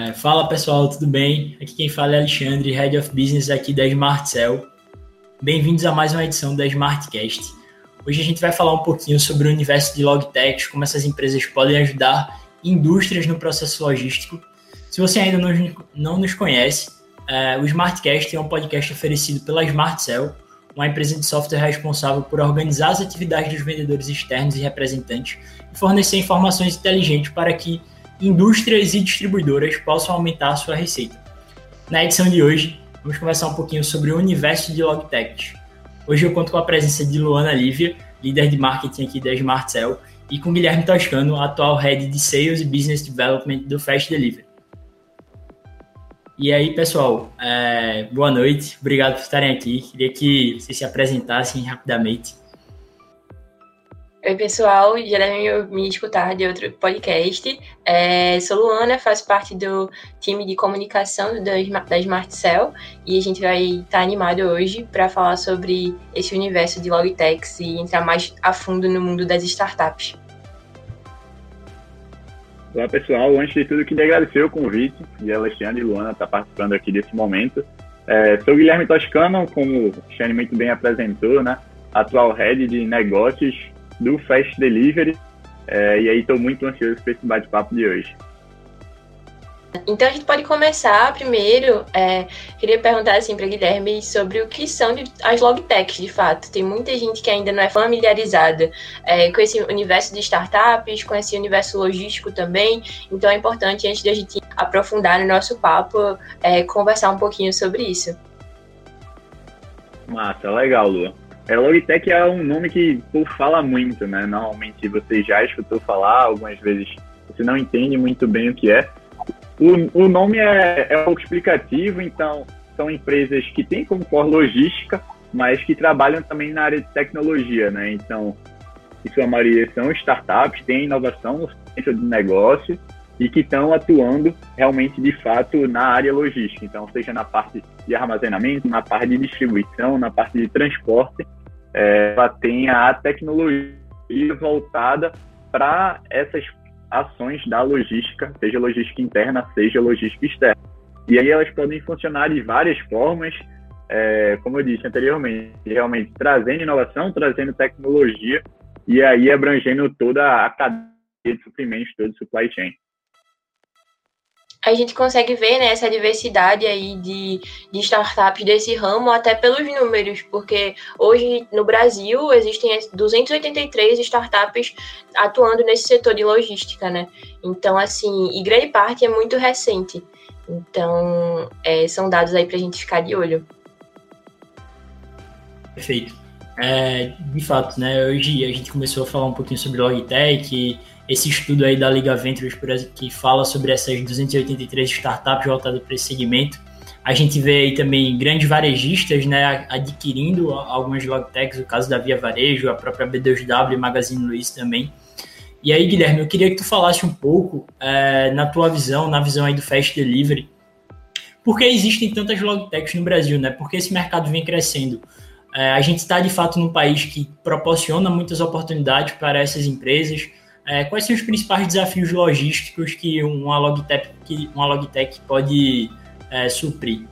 Fala pessoal, tudo bem? Aqui quem fala é Alexandre, Head of Business aqui da SmartCell. Bem-vindos a mais uma edição da SmartCast. Hoje a gente vai falar um pouquinho sobre o universo de logtechs, como essas empresas podem ajudar indústrias no processo logístico. Se você ainda não nos conhece, o SmartCast é um podcast oferecido pela SmartCell, uma empresa de software responsável por organizar as atividades dos vendedores externos e representantes e fornecer informações inteligentes para que indústrias e distribuidoras possam aumentar a sua receita. Na edição de hoje, vamos conversar um pouquinho sobre o universo de logtechs. Hoje eu conto com a presença de Luana Lívia, líder de marketing aqui da SmartCell, e com Guilherme Toscano, atual Head de Sales e Business Development do Fast Delivery. E aí, pessoal, boa noite, obrigado por estarem aqui. Queria que vocês se apresentassem rapidamente. Oi, pessoal, já devem me escutar de outro podcast. Sou Luana, faço parte do time de comunicação da SmartCell e a gente vai estar animado hoje para falar sobre esse universo de logtechs e entrar mais a fundo no mundo das startups. Olá, pessoal. Antes de tudo, queria agradecer o convite de Alexandre e Luana estar participando aqui desse momento. Sou Guilherme Toscano, como o Alexandre muito bem apresentou, né? Atual Head de Negócios do Fast Delivery, e aí estou muito ansioso por esse bate-papo de hoje. Então a gente pode começar primeiro, queria perguntar assim para Guilherme sobre o que são as logtechs de fato. Tem muita gente que ainda não é familiarizada com esse universo de startups, com esse universo logístico também, então é importante, antes de a gente aprofundar no nosso papo, conversar um pouquinho sobre isso. Massa, legal, Lu. Logtech é um nome que fala muito, né? Normalmente você já escutou falar, algumas vezes você não entende muito bem o que é. O nome é um pouco explicativo, então são empresas que têm como core logística, mas que trabalham também na área de tecnologia, né? Então, em sua maioria são startups, têm inovação no centro de negócio e que estão atuando realmente, de fato, na área logística. Então, seja na parte de armazenamento, na parte de distribuição, na parte de transporte, ela tem a tecnologia voltada para essas ações da logística, seja logística interna, seja logística externa. E aí elas podem funcionar de várias formas, como eu disse anteriormente, realmente trazendo inovação, trazendo tecnologia e aí abrangendo toda a cadeia de suprimentos, todo o supply chain. A gente consegue ver, né, essa diversidade aí de startups desse ramo até pelos números, porque hoje no Brasil existem 283 startups atuando nesse setor de logística, né? Então, assim, e grande parte é muito recente. Então, são dados aí para a gente ficar de olho. Perfeito. De fato, né, hoje a gente começou a falar um pouquinho sobre logtech, esse estudo aí da Liga Ventures, por exemplo, que fala sobre essas 283 startups voltadas para esse segmento. A gente vê aí também grandes varejistas, né, adquirindo algumas logtechs, o caso da Via Varejo, a própria B2W e Magazine Luiza também. E aí, Guilherme, eu queria que tu falasse um pouco, na tua visão, na visão aí do Fast Delivery, por que existem tantas logtechs no Brasil, né? Por que esse mercado vem crescendo? A gente está, de fato, num país que proporciona muitas oportunidades para essas empresas. Quais são os principais desafios logísticos que uma logtech pode suprir?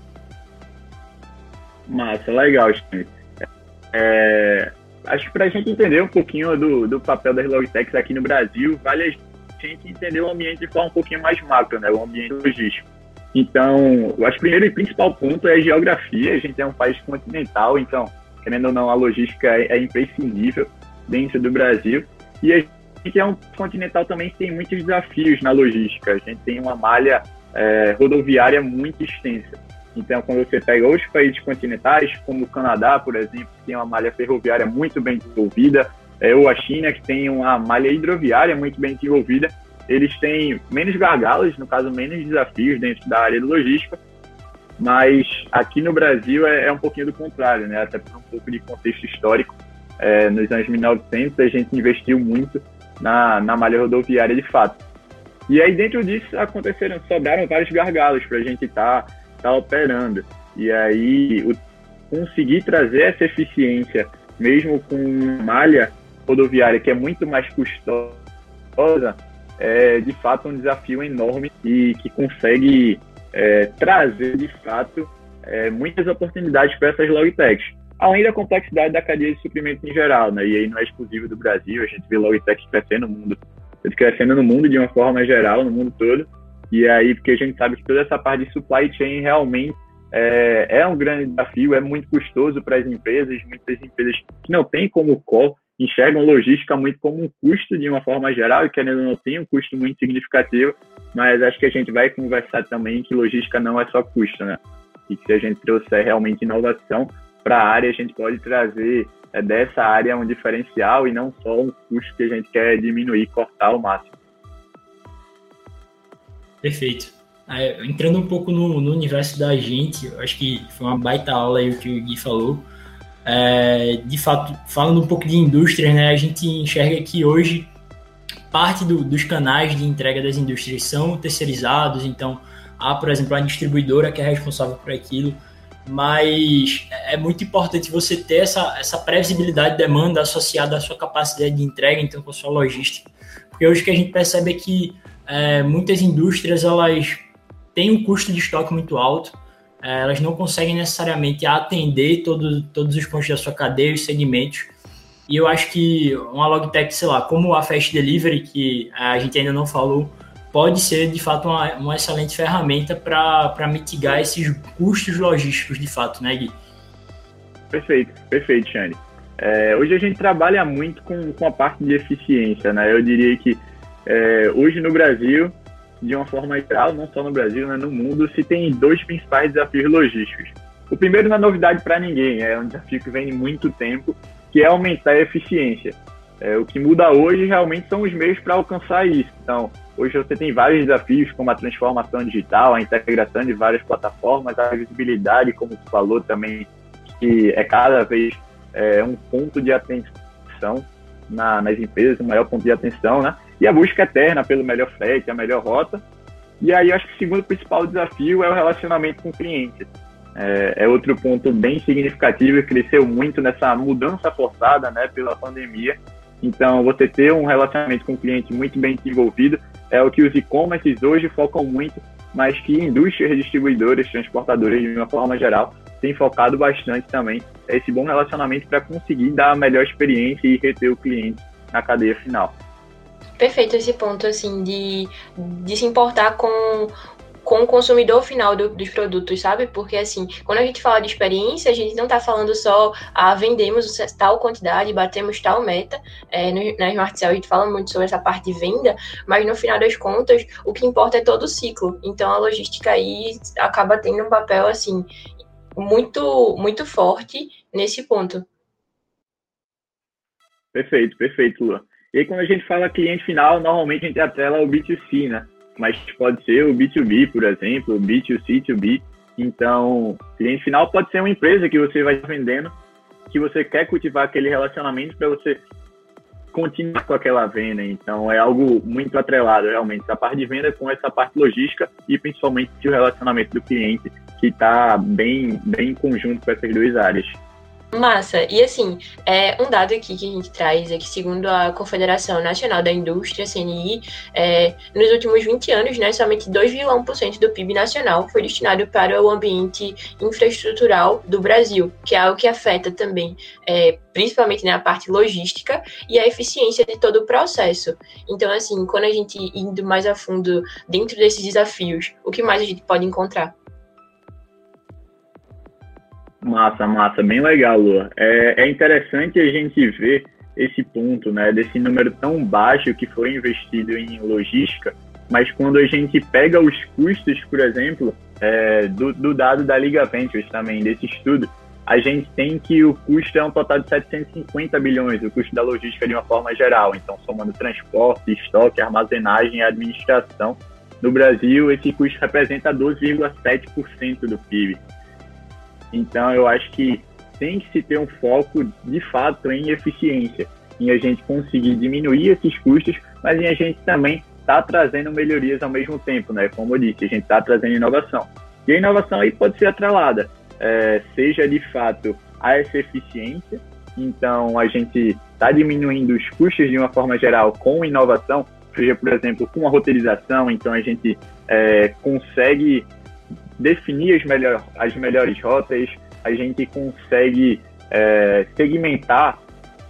Massa, legal, gente. Acho que para a gente entender um pouquinho do papel das logtechs aqui no Brasil, vale a gente entender o ambiente de forma um pouquinho mais macro, né? O ambiente logístico. Então, eu acho que o primeiro e principal ponto é a geografia. A gente é um país continental, então, querendo ou não, a logística é imprescindível dentro do Brasil. E a gente é um continental também que tem muitos desafios na logística. A gente tem uma malha rodoviária muito extensa. Então, quando você pega outros países continentais, como o Canadá, por exemplo, que tem uma malha ferroviária muito bem desenvolvida, ou a China, que tem uma malha hidroviária muito bem desenvolvida, eles têm menos gargalos, no caso, menos desafios dentro da área de logística, mas aqui no Brasil é um pouquinho do contrário, né? Até por um pouco de contexto histórico. Nos anos 1900, a gente investiu muito na malha rodoviária de fato. E aí dentro disso sobraram vários gargalos para a gente estar operando. E aí conseguir trazer essa eficiência, mesmo com uma malha rodoviária que é muito mais custosa, é de fato um desafio enorme e que consegue trazer de fato muitas oportunidades para essas logtechs. Além da complexidade da cadeia de suprimentos em geral, né? E aí não é exclusivo do Brasil, a gente vê logtechs crescendo no mundo de uma forma geral, no mundo todo. E aí, porque a gente sabe que toda essa parte de supply chain realmente é um grande desafio, é muito custoso para as empresas, muitas empresas que não têm como core, enxergam logística muito como um custo de uma forma geral, e que ainda não tem um custo muito significativo, mas acho que a gente vai conversar também que logística não é só custo, né? E que se a gente trouxer realmente inovação para a área, a gente pode trazer dessa área um diferencial e não só um custo que a gente quer diminuir, cortar ao máximo. Perfeito. Entrando um pouco no universo da gente, eu acho que foi uma baita aula aí o que o Gui falou. De fato, falando um pouco de indústria, né, a gente enxerga que hoje parte dos canais de entrega das indústrias são terceirizados, então há, por exemplo, a distribuidora que é responsável por aquilo, mas é muito importante você ter essa previsibilidade de demanda associada à sua capacidade de entrega, então com a sua logística, porque hoje o que a gente percebe é que muitas indústrias elas têm um custo de estoque muito alto, elas não conseguem necessariamente atender todos os pontos da sua cadeia, os segmentos, e eu acho que uma logtech, sei lá, como a Fast Delivery, que a gente ainda não falou, pode ser de fato uma excelente ferramenta para mitigar esses custos logísticos de fato, né, Gui? Perfeito, Xande. Hoje a gente trabalha muito com a parte de eficiência, né? Eu diria que hoje no Brasil, de uma forma geral, não só no Brasil, né, no mundo, se tem 2 principais desafios logísticos. O primeiro não é novidade para ninguém, é um desafio que vem de muito tempo, que é aumentar a eficiência. O que muda hoje realmente são os meios para alcançar isso. Então, hoje você tem vários desafios, como a transformação digital, a integração de várias plataformas, a visibilidade, como você falou também, que é cada vez um ponto de atenção nas empresas, um maior ponto de atenção, né? E a busca eterna pelo melhor frete, a melhor rota. E aí, eu acho que o segundo principal desafio é o relacionamento com o cliente. É outro ponto bem significativo, cresceu muito nessa mudança forçada, né, pela pandemia. Então, você ter um relacionamento com o cliente muito bem desenvolvido é o que os e-commerces hoje focam muito, mas que indústrias, distribuidoras, transportadoras, de uma forma geral, têm focado bastante também. É esse bom relacionamento para conseguir dar a melhor experiência e reter o cliente na cadeia final. Perfeito esse ponto, assim, de se importar com o consumidor final dos produtos, sabe? Porque, assim, quando a gente fala de experiência, a gente não tá falando só, vendemos tal quantidade, batemos tal meta. Na Smart Cell a gente fala muito sobre essa parte de venda, mas no final das contas, o que importa é todo o ciclo. Então, a logística aí acaba tendo um papel, assim, muito, muito forte nesse ponto. Perfeito, Lua. E aí, quando a gente fala cliente final, normalmente a gente atrela o B2C, né? Mas pode ser o B2B, por exemplo, o B2C, 2B. Então, cliente final pode ser uma empresa que você vai vendendo, que você quer cultivar aquele relacionamento para você continuar com aquela venda. Então, é algo muito atrelado, realmente, essa parte de venda com essa parte logística e principalmente o relacionamento do cliente, que está bem em conjunto com essas 2 áreas. Massa. E assim, um dado aqui que a gente traz é que, segundo a Confederação Nacional da Indústria, CNI, nos últimos 20 anos, né, somente 2,1% do PIB nacional foi destinado para o ambiente infraestrutural do Brasil, que é algo que afeta também, principalmente na parte logística e a eficiência de todo o processo. Então, assim, quando a gente indo mais a fundo dentro desses desafios, o que mais a gente pode encontrar? Massa, bem legal, Lua. É interessante a gente ver esse ponto, né, desse número tão baixo que foi investido em logística, mas quando a gente pega os custos, por exemplo, do dado da Liga Ventures também, desse estudo, a gente tem que o custo é um total de 750 bilhões, o custo da logística de uma forma geral, então somando transporte, estoque, armazenagem e administração. No Brasil, esse custo representa 12,7% do PIB. Então, eu acho que tem que se ter um foco, de fato, em eficiência, em a gente conseguir diminuir esses custos, mas em a gente também tá trazendo melhorias ao mesmo tempo, né? Como eu disse, a gente está trazendo inovação. E a inovação aí pode ser atrelada, seja de fato a essa eficiência, então a gente está diminuindo os custos de uma forma geral com inovação, seja, por exemplo, com a roteirização, então a gente consegue definir as melhores rotas, a gente consegue segmentar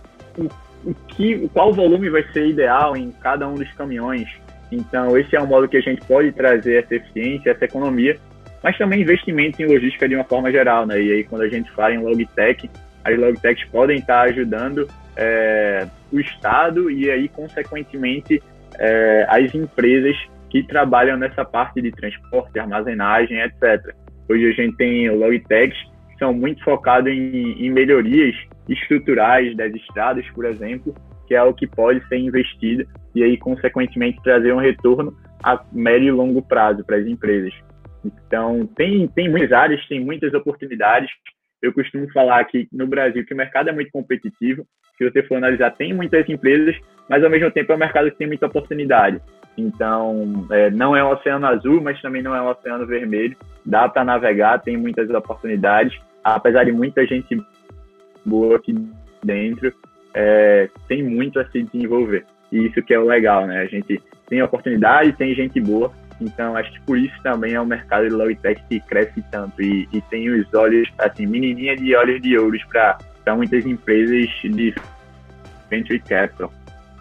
qual volume vai ser ideal em cada um dos caminhões. Então, esse é um modo que a gente pode trazer essa eficiência, essa economia, mas também investimentos em logística de uma forma geral, né? E aí, quando a gente fala em logtech, as logtechs podem estar ajudando o Estado e aí, consequentemente, as empresas que trabalham nessa parte de transporte, armazenagem, etc. Hoje a gente tem logtechs que são muito focados em melhorias estruturais das estradas, por exemplo, que é o que pode ser investido e aí, consequentemente, trazer um retorno a médio e longo prazo para as empresas. Então, tem muitas áreas, tem muitas oportunidades. Eu costumo falar aqui no Brasil que o mercado é muito competitivo. Se você for analisar, tem muitas empresas, mas, ao mesmo tempo, é um mercado que tem muita oportunidade. Então, não é um oceano azul, mas também não é um oceano vermelho. Dá para navegar, tem muitas oportunidades. Apesar de muita gente boa aqui dentro, tem muito a se desenvolver. E isso que é o legal, né? A gente tem oportunidade, tem gente boa. Então, acho que por isso também é um mercado de logtech que cresce tanto e tem os olhos, assim, menininha de olhos de ouros para muitas empresas de venture capital.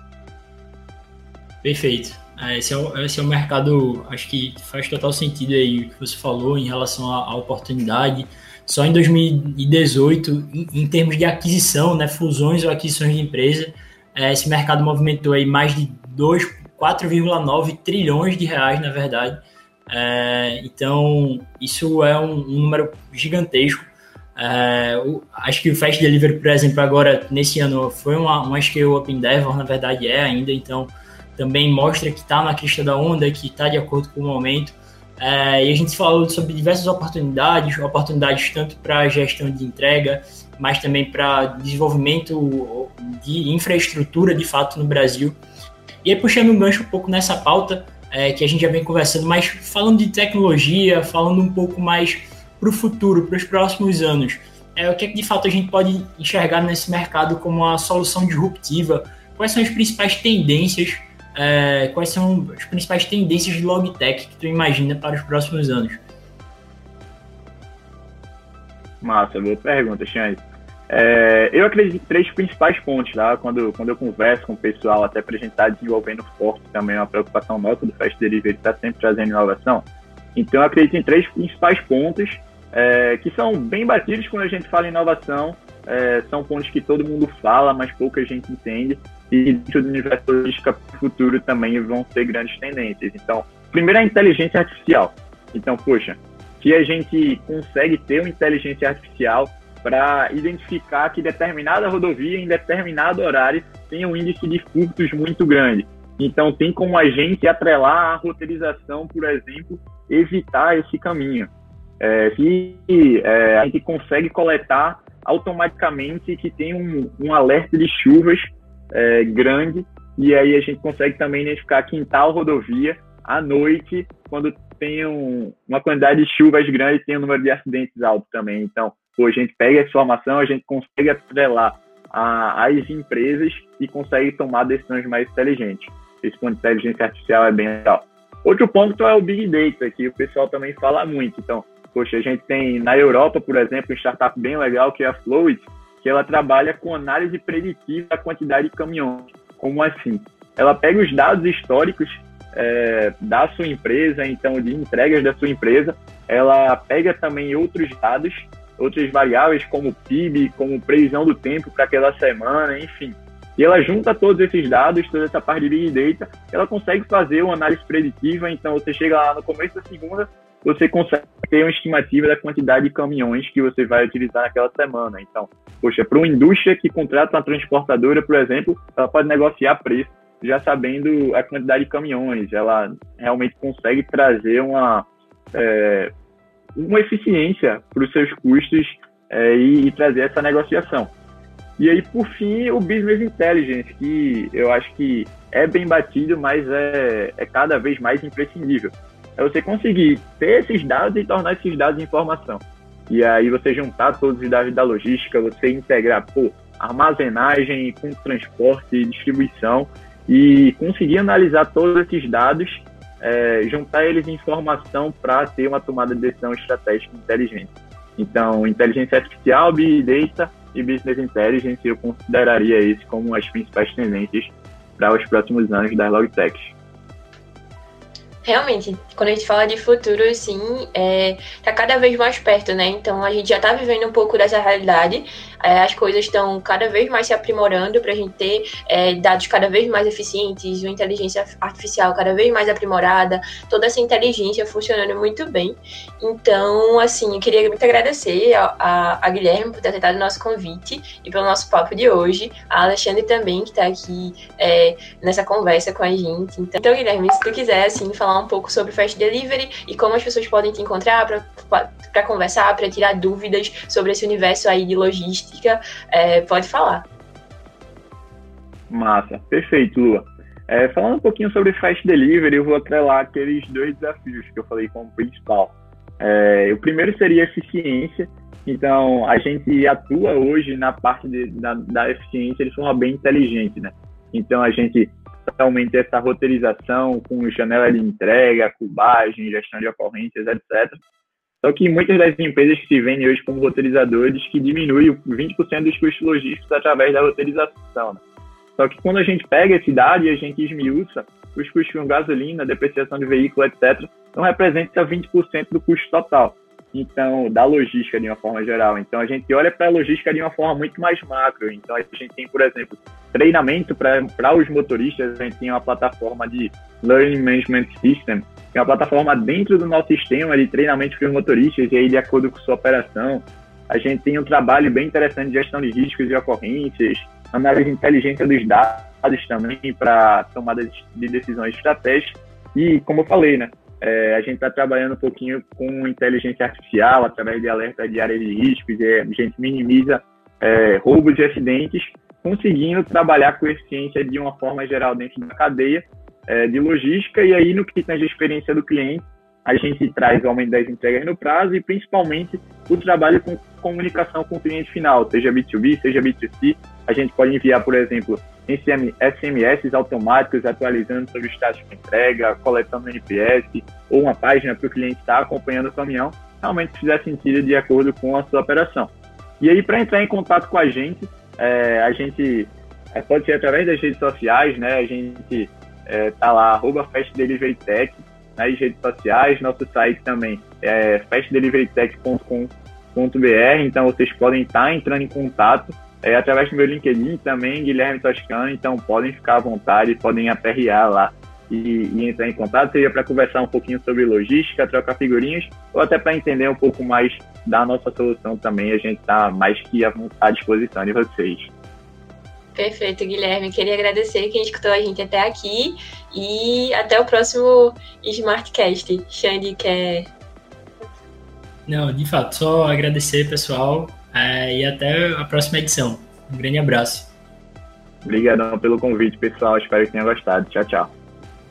Perfeito. Esse é um mercado, acho que faz total sentido aí o que você falou em relação à oportunidade. Só em 2018, em termos de aquisição, né, fusões ou aquisições de empresa, esse mercado movimentou aí mais de 4,9 trilhões de reais, na verdade. Então, isso é um número gigantesco. Acho que o Fast Delivery, por exemplo, agora, nesse ano, foi uma scale-up endeavor, na verdade ainda, então também mostra que está na crista da onda, que está de acordo com o momento. E a gente falou sobre diversas oportunidades tanto para gestão de entrega, mas também para desenvolvimento de infraestrutura, de fato, no Brasil. E aí, puxando um gancho um pouco nessa pauta, que a gente já vem conversando, mas falando de tecnologia, falando um pouco mais para o futuro, para os próximos anos, o que é que de fato a gente pode enxergar nesse mercado como uma solução disruptiva? Quais são as principais tendências? Quais são as principais tendências de logtech que tu imagina para os próximos anos? Massa, boa pergunta, Xande. Eu acredito em 3 principais pontos, tá? Quando eu converso com o pessoal, até para a gente estar desenvolvendo forte também, uma preocupação nossa do Fast Delivery, está sempre trazendo inovação. Então, eu acredito em 3 principais pontos que são bem batidos quando a gente fala em inovação. São pontos que todo mundo fala, mas pouca gente entende. E dentro do universo logística futuro também vão ser grandes tendências. Então, primeiro é a inteligência artificial. Então, poxa, que a gente consegue ter uma inteligência artificial para identificar que determinada rodovia, em determinado horário, tem um índice de furtos muito grande. Então, tem como a gente atrelar a roteirização, por exemplo, evitar esse caminho. A gente consegue coletar automaticamente que tem um alerta de chuvas grande, e aí a gente consegue também identificar que em tal rodovia, à noite, quando tem uma quantidade de chuvas grande, tem um número de acidentes alto também. Então, a gente pega essa informação, a gente consegue atrelar às empresas e consegue tomar decisões mais inteligentes. Esse ponto de inteligência artificial é bem legal. Outro ponto é o Big Data, que o pessoal também fala muito. Então, a gente tem na Europa, por exemplo, uma startup bem legal que é a Flowit, que ela trabalha com análise preditiva da quantidade de caminhões. Como assim? Ela pega os dados históricos da sua empresa, então de entregas da sua empresa, ela pega também outros dados, outras variáveis como PIB, como previsão do tempo para aquela semana, enfim. E ela junta todos esses dados, toda essa parte de Big Data, ela consegue fazer uma análise preditiva, então você chega lá no começo da segunda, você consegue ter uma estimativa da quantidade de caminhões que você vai utilizar naquela semana. Então, para uma indústria que contrata uma transportadora, por exemplo, ela pode negociar preço já sabendo a quantidade de caminhões. Ela realmente consegue trazer uma eficiência para os seus custos e trazer essa negociação. E aí, por fim, o Business Intelligence, que eu acho que é bem batido, mas é cada vez mais imprescindível. É você conseguir ter esses dados e tornar esses dados em informação. E aí você juntar todos os dados da logística, você integrar armazenagem com transporte e distribuição, e conseguir analisar todos esses dados, juntar eles em informação para ter uma tomada de decisão estratégica inteligente. Então, inteligência artificial, Big Data e Business Intelligence, eu consideraria isso como as principais tendências para os próximos anos das Logitechs. Realmente, quando a gente fala de futuro, assim, tá cada vez mais perto, né? Então, a gente já tá vivendo um pouco dessa realidade. As coisas estão cada vez mais se aprimorando para a gente ter dados cada vez mais eficientes, uma inteligência artificial cada vez mais aprimorada, toda essa inteligência funcionando muito bem. Então, assim, eu queria muito agradecer a Guilherme por ter aceitado o nosso convite e pelo nosso papo de hoje, a Alexandre também, que está aqui nessa conversa com a gente. Então, Guilherme, se tu quiser, assim, falar um pouco sobre o Fast Delivery e como as pessoas podem te encontrar para conversar, para tirar dúvidas sobre esse universo aí de logística, pode falar. Massa, perfeito, Lua. Falando um pouquinho sobre Fast Delivery, eu vou atrelar aqueles 2 desafios que eu falei como principal. O primeiro seria eficiência. Então, a gente atua hoje na parte da eficiência de forma bem inteligente, né? Então, a gente aumenta essa roteirização com janela de entrega, cubagem, gestão de ocorrências, etc. Só que muitas das empresas que se vendem hoje como roteirizadores que diminuem 20% dos custos logísticos através da roteirização, né? Só que quando a gente pega esse dado e a gente esmiuça, os custos com gasolina, depreciação de veículo, etc., não representa 20% do custo total. Então, da logística de uma forma geral. Então, a gente olha para a logística de uma forma muito mais macro. Então, a gente tem, por exemplo, treinamento para os motoristas. A gente tem uma plataforma de Learning Management System, que é uma plataforma dentro do nosso sistema de treinamento para os motoristas, e aí, de acordo com sua operação. A gente tem um trabalho bem interessante de gestão de riscos e ocorrências, análise de inteligência dos dados também para tomada de decisões estratégicas. E, como eu falei, né? A gente está trabalhando um pouquinho com inteligência artificial, através de alerta de áreas de riscos, e a gente minimiza roubos e acidentes, conseguindo trabalhar com eficiência de uma forma geral dentro da cadeia de logística. E aí, no que tange a experiência do cliente, a gente traz o aumento das entregas no prazo e, principalmente, o trabalho com comunicação com o cliente final, seja B2B, seja B2C. A gente pode enviar, por exemplo, SMS automáticos atualizando sobre o status de entrega, coletando NPS, ou uma página para o cliente estar acompanhando o caminhão, realmente fizer sentido de acordo com a sua operação. E aí, para entrar em contato com a gente pode ser através das redes sociais, né? A gente tá lá, @FastDeliveryTech, nas redes sociais. Nosso site também é fastdeliverytech.com.br, então vocês podem estar entrando em contato através do meu LinkedIn também, Guilherme Toscano. Então podem ficar à vontade, podem aperrear lá e entrar em contato, seja para conversar um pouquinho sobre logística, trocar figurinhas, ou até para entender um pouco mais da nossa solução também. A gente está mais que à disposição de vocês. Perfeito, Guilherme. Queria agradecer quem escutou a gente até aqui e até o próximo Smartcast. Xande, quer... Não, de fato, só agradecer, pessoal, e até a próxima edição. Um grande abraço. Obrigadão pelo convite, pessoal. Espero que tenham gostado. Tchau, tchau.